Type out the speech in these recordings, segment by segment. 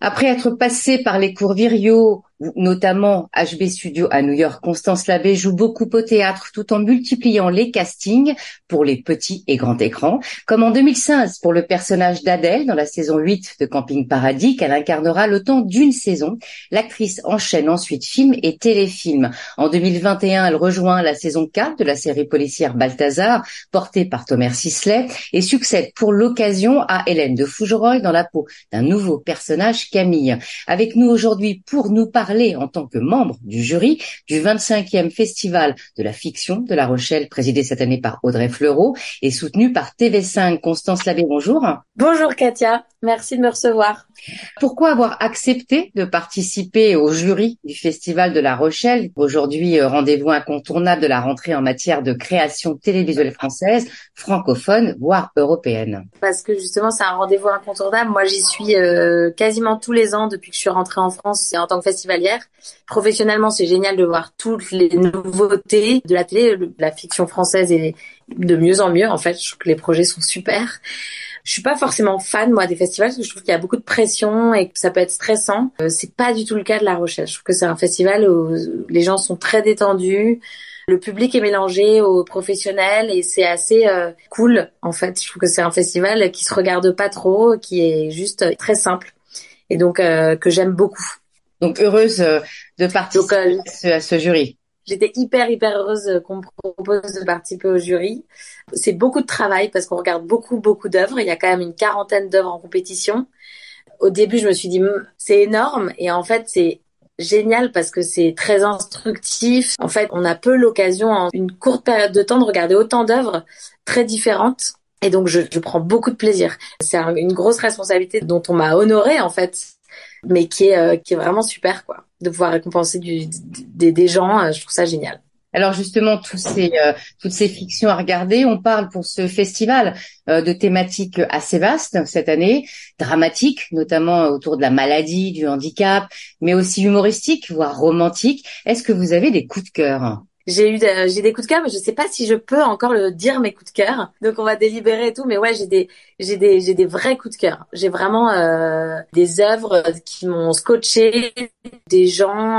Après être passée par les cours Virio, notamment HB Studio à New York, Constance Labbé joue beaucoup au théâtre tout en multipliant les castings pour les petits et grands écrans, comme en 2016 pour le personnage d'Adèle dans la saison 8 de Camping Paradis qu'elle incarnera le temps d'une saison. L'actrice enchaîne ensuite films et téléfilms. En 2021, elle rejoint la saison 4 de la série policière Balthazar, portée par Thomas Sisley, et succède pour l'occasion à Hélène de Fougerolles dans la peau d'un nouveau personnage, Camille. Avec nous aujourd'hui pour nous parler en tant que membre du jury du 25e Festival de la fiction de La Rochelle, présidé cette année par Audrey Fleurot et soutenu par TV5. Constance Labbé, bonjour. Bonjour Katia, merci de me recevoir. Pourquoi avoir accepté de participer au jury du Festival de La Rochelle? Aujourd'hui, rendez-vous incontournable de la rentrée en matière de création télévisuelle française, francophone, voire européenne. Parce que justement, c'est un rendez-vous incontournable. Moi, j'y suis quasiment tous les ans depuis que je suis rentrée en France et en tant que festivalière. Professionnellement, c'est génial de voir toutes les nouveautés de la télé, de la fiction française et de mieux en mieux. En fait, je trouve que les projets sont super. Je suis pas forcément fan, moi, des festivals, parce que je trouve qu'il y a beaucoup de pression et que ça peut être stressant. C'est pas du tout le cas de La Rochelle. Je trouve que c'est un festival où les gens sont très détendus. Le public est mélangé aux professionnels et c'est assez cool, en fait. Je trouve que c'est un festival qui se regarde pas trop, qui est juste très simple et donc que j'aime beaucoup. Donc, heureuse de participer à ce jury. J'étais hyper heureuse qu'on me propose de participer au jury. C'est beaucoup de travail parce qu'on regarde beaucoup d'œuvres. Il y a quand même une 40aine d'œuvres en compétition. Au début, je me suis dit, c'est énorme. Et en fait, c'est génial parce que c'est très instructif. En fait, on a peu l'occasion en une courte période de temps de regarder autant d'œuvres très différentes. Et donc, je prends beaucoup de plaisir. C'est une grosse responsabilité dont on m'a honorée, en fait, mais qui est vraiment super, quoi. De pouvoir récompenser des gens, je trouve ça génial. Alors justement, toutes ces fictions à regarder, on parle pour ce festival de thématiques assez vastes cette année, dramatiques, notamment autour de la maladie, du handicap, mais aussi humoristiques, voire romantiques. Est-ce que vous avez des coups de cœur ? J'ai des coups de cœur, mais je sais pas si je peux encore le dire mes coups de cœur. Donc on va délibérer et tout, mais ouais, j'ai des vrais coups de cœur. J'ai vraiment des œuvres qui m'ont scotché, des gens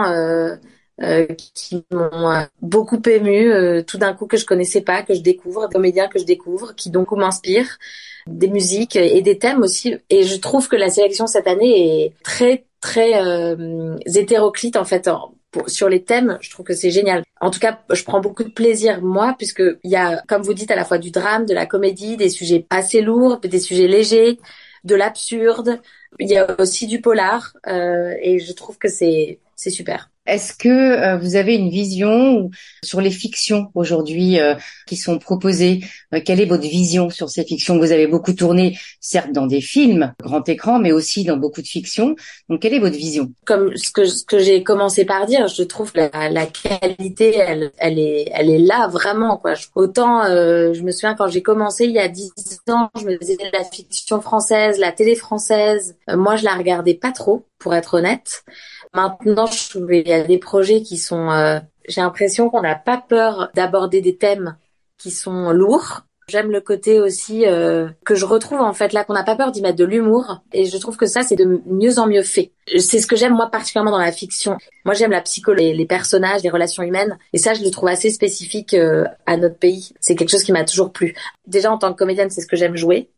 qui m'ont beaucoup ému, tout d'un coup que je connaissais pas, que je découvre, des comédiens que je découvre, qui donc m'inspirent, des musiques et des thèmes aussi. Et je trouve que la sélection cette année est très hétéroclite en fait. Sur les thèmes, je trouve que c'est génial. En tout cas, je prends beaucoup de plaisir, moi, puisque il y a, comme vous dites, à la fois du drame, de la comédie, des sujets assez lourds, des sujets légers, de l'absurde. Il y a aussi du polar, et je trouve que c'est super. Est-ce que vous avez une vision sur les fictions aujourd'hui qui sont proposées? Quelle est votre vision sur ces fictions? Vous avez beaucoup tourné, certes, dans des films, grand écran, mais aussi dans beaucoup de fictions. Donc, quelle est votre vision? Comme ce que j'ai commencé par dire, je trouve que la qualité, elle est là vraiment, quoi. Autant, je me souviens quand j'ai commencé il y a 10 ans, je me disais la fiction française, la télé française. Moi, je la regardais pas trop, pour être honnête. Maintenant, je trouve qu'il y a des projets qui sont... j'ai l'impression qu'on n'a pas peur d'aborder des thèmes qui sont lourds. J'aime le côté aussi que je retrouve en fait là, qu'on n'a pas peur d'y mettre de l'humour. Et je trouve que ça, c'est de mieux en mieux fait. C'est ce que j'aime moi particulièrement dans la fiction. Moi, j'aime la psychologie, les personnages, les relations humaines. Et ça, je le trouve assez spécifique à notre pays. C'est quelque chose qui m'a toujours plu. Déjà, en tant que comédienne, c'est ce que j'aime jouer.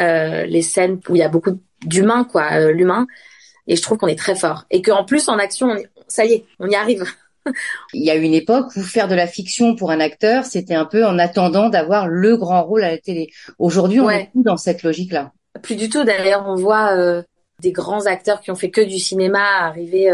Les scènes où il y a beaucoup d'humain, quoi, l'humain. Et je trouve qu'on est très fort. Et qu'en plus, en action, ça y est, on y arrive. Il y a une époque où faire de la fiction pour un acteur, c'était un peu en attendant d'avoir le grand rôle à la télé. Aujourd'hui, on est plus dans cette logique-là. Plus du tout. D'ailleurs, on voit des grands acteurs qui ont fait que du cinéma arriver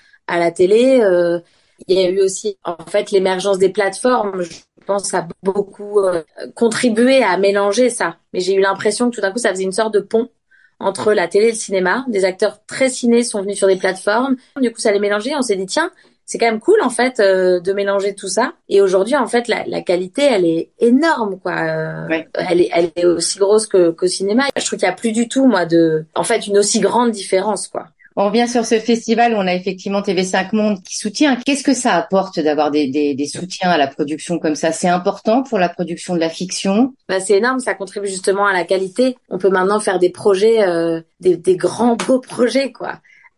à la télé. Il y a eu aussi, en fait, l'émergence des plateformes. Je pense a beaucoup contribué à mélanger ça. Mais j'ai eu l'impression que tout d'un coup, ça faisait une sorte de pont entre la télé et le cinéma. Des acteurs très ciné sont venus sur des plateformes. Du coup, ça les mélangeait. On s'est dit, tiens, c'est quand même cool, en fait, de mélanger tout ça. Et aujourd'hui, en fait, la qualité, elle est énorme, quoi. Elle est aussi grosse qu'au cinéma. Je trouve qu'il y a plus du tout, moi, en fait, une aussi grande différence, quoi. On revient sur ce festival où on a effectivement TV5 Monde qui soutient. Qu'est-ce que ça apporte d'avoir des soutiens à la production comme ça? C'est important pour la production de la fiction? C'est énorme, ça contribue justement à la qualité. On peut maintenant faire des projets, des grands beaux projets, quoi.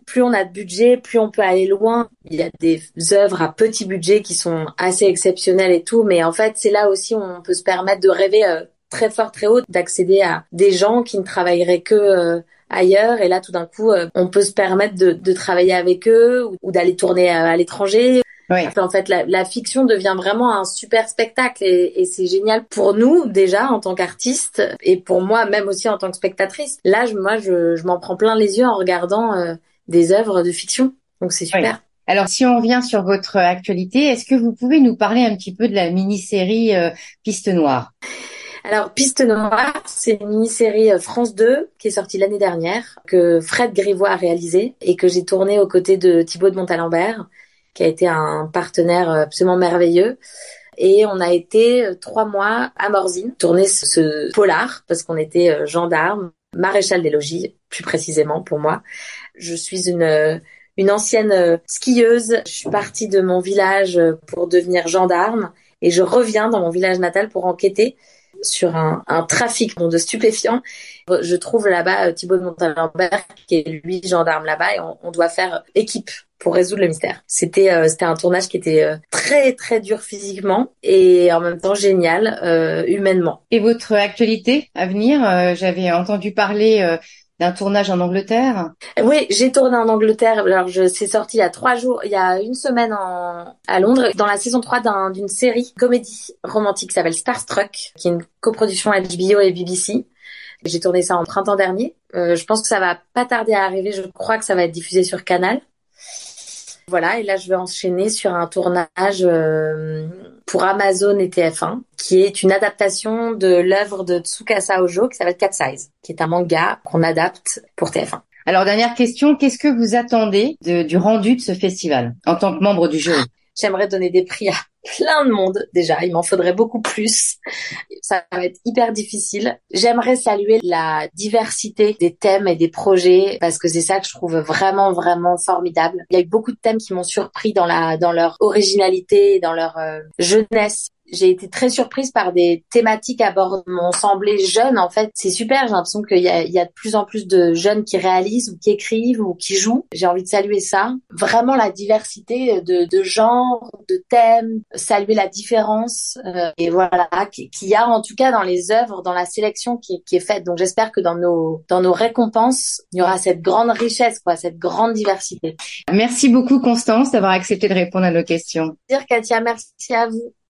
plus on a de budget, plus on peut aller loin. Il y a des œuvres à petit budget qui sont assez exceptionnelles et tout, mais en fait, c'est là aussi où on peut se permettre de rêver très fort, très haut, d'accéder à des gens qui ne travailleraient que ailleurs. Et là, tout d'un coup, on peut se permettre de travailler avec eux ou d'aller tourner à l'étranger. Oui. En fait, la fiction devient vraiment un super spectacle et c'est génial pour nous déjà en tant qu'artistes et pour moi même aussi en tant que spectatrice. Là, je m'en prends plein les yeux en regardant des œuvres de fiction. Donc c'est super. Oui. Alors, si on revient sur votre actualité, est-ce que vous pouvez nous parler un petit peu de la mini-série Piste Noire? Alors, Piste Noire, c'est une mini-série France 2 qui est sortie l'année dernière, que Fred Grivois a réalisée et que j'ai tournée aux côtés de Thibaut de Montalembert, qui a été un partenaire absolument merveilleux. Et on a été 3 mois à Morzine, tourner ce polar, parce qu'on était gendarme, maréchal des logis, plus précisément pour moi. Je suis une ancienne skieuse. Je suis partie de mon village pour devenir gendarme et je reviens dans mon village natal pour enquêter sur un trafic de stupéfiants. Je trouve là-bas Thibaut de Montalembert, qui est lui gendarme là-bas, et on doit faire équipe pour résoudre le mystère. C'était un tournage qui était très très dur physiquement et en même temps génial humainement. Et votre actualité à venir, j'avais entendu parler d'un tournage en Angleterre. Oui, j'ai tourné en Angleterre. Alors, c'est sorti il y a 3 jours, il y a une semaine à Londres, dans la saison 3 d'une série comédie romantique qui s'appelle Starstruck, qui est une coproduction HBO et BBC. J'ai tourné ça en printemps dernier. Je pense que ça va pas tarder à arriver. Je crois que ça va être diffusé sur Canal. Voilà, et là je vais enchaîner sur un tournage pour Amazon et TF1, qui est une adaptation de l'œuvre de Tsukasa Ojo qui s'appelle Cat Size, qui est un manga qu'on adapte pour TF1. Alors, dernière question, qu'est-ce que vous attendez du rendu de ce festival en tant que membre du jury? J'aimerais donner des prix à plein de monde déjà, il m'en faudrait beaucoup plus. Ça va être hyper difficile. J'aimerais saluer la diversité des thèmes et des projets parce que c'est ça que je trouve vraiment vraiment formidable. Il y a eu beaucoup de thèmes qui m'ont surpris dans leur originalité, dans leur jeunesse. J'ai été très surprise par des thématiques m'ont semblé jeunes. En fait, c'est super. J'ai l'impression qu'il y a de plus en plus de jeunes qui réalisent ou qui écrivent ou qui jouent. J'ai envie de saluer ça. Vraiment la diversité de genres, de thèmes, saluer la différence et voilà qu'il y a en tout cas dans les œuvres, dans la sélection qui est faite. Donc j'espère que dans nos récompenses, il y aura cette grande richesse, cette grande diversité. Merci beaucoup Constance d'avoir accepté de répondre à nos questions. Katia, merci à vous.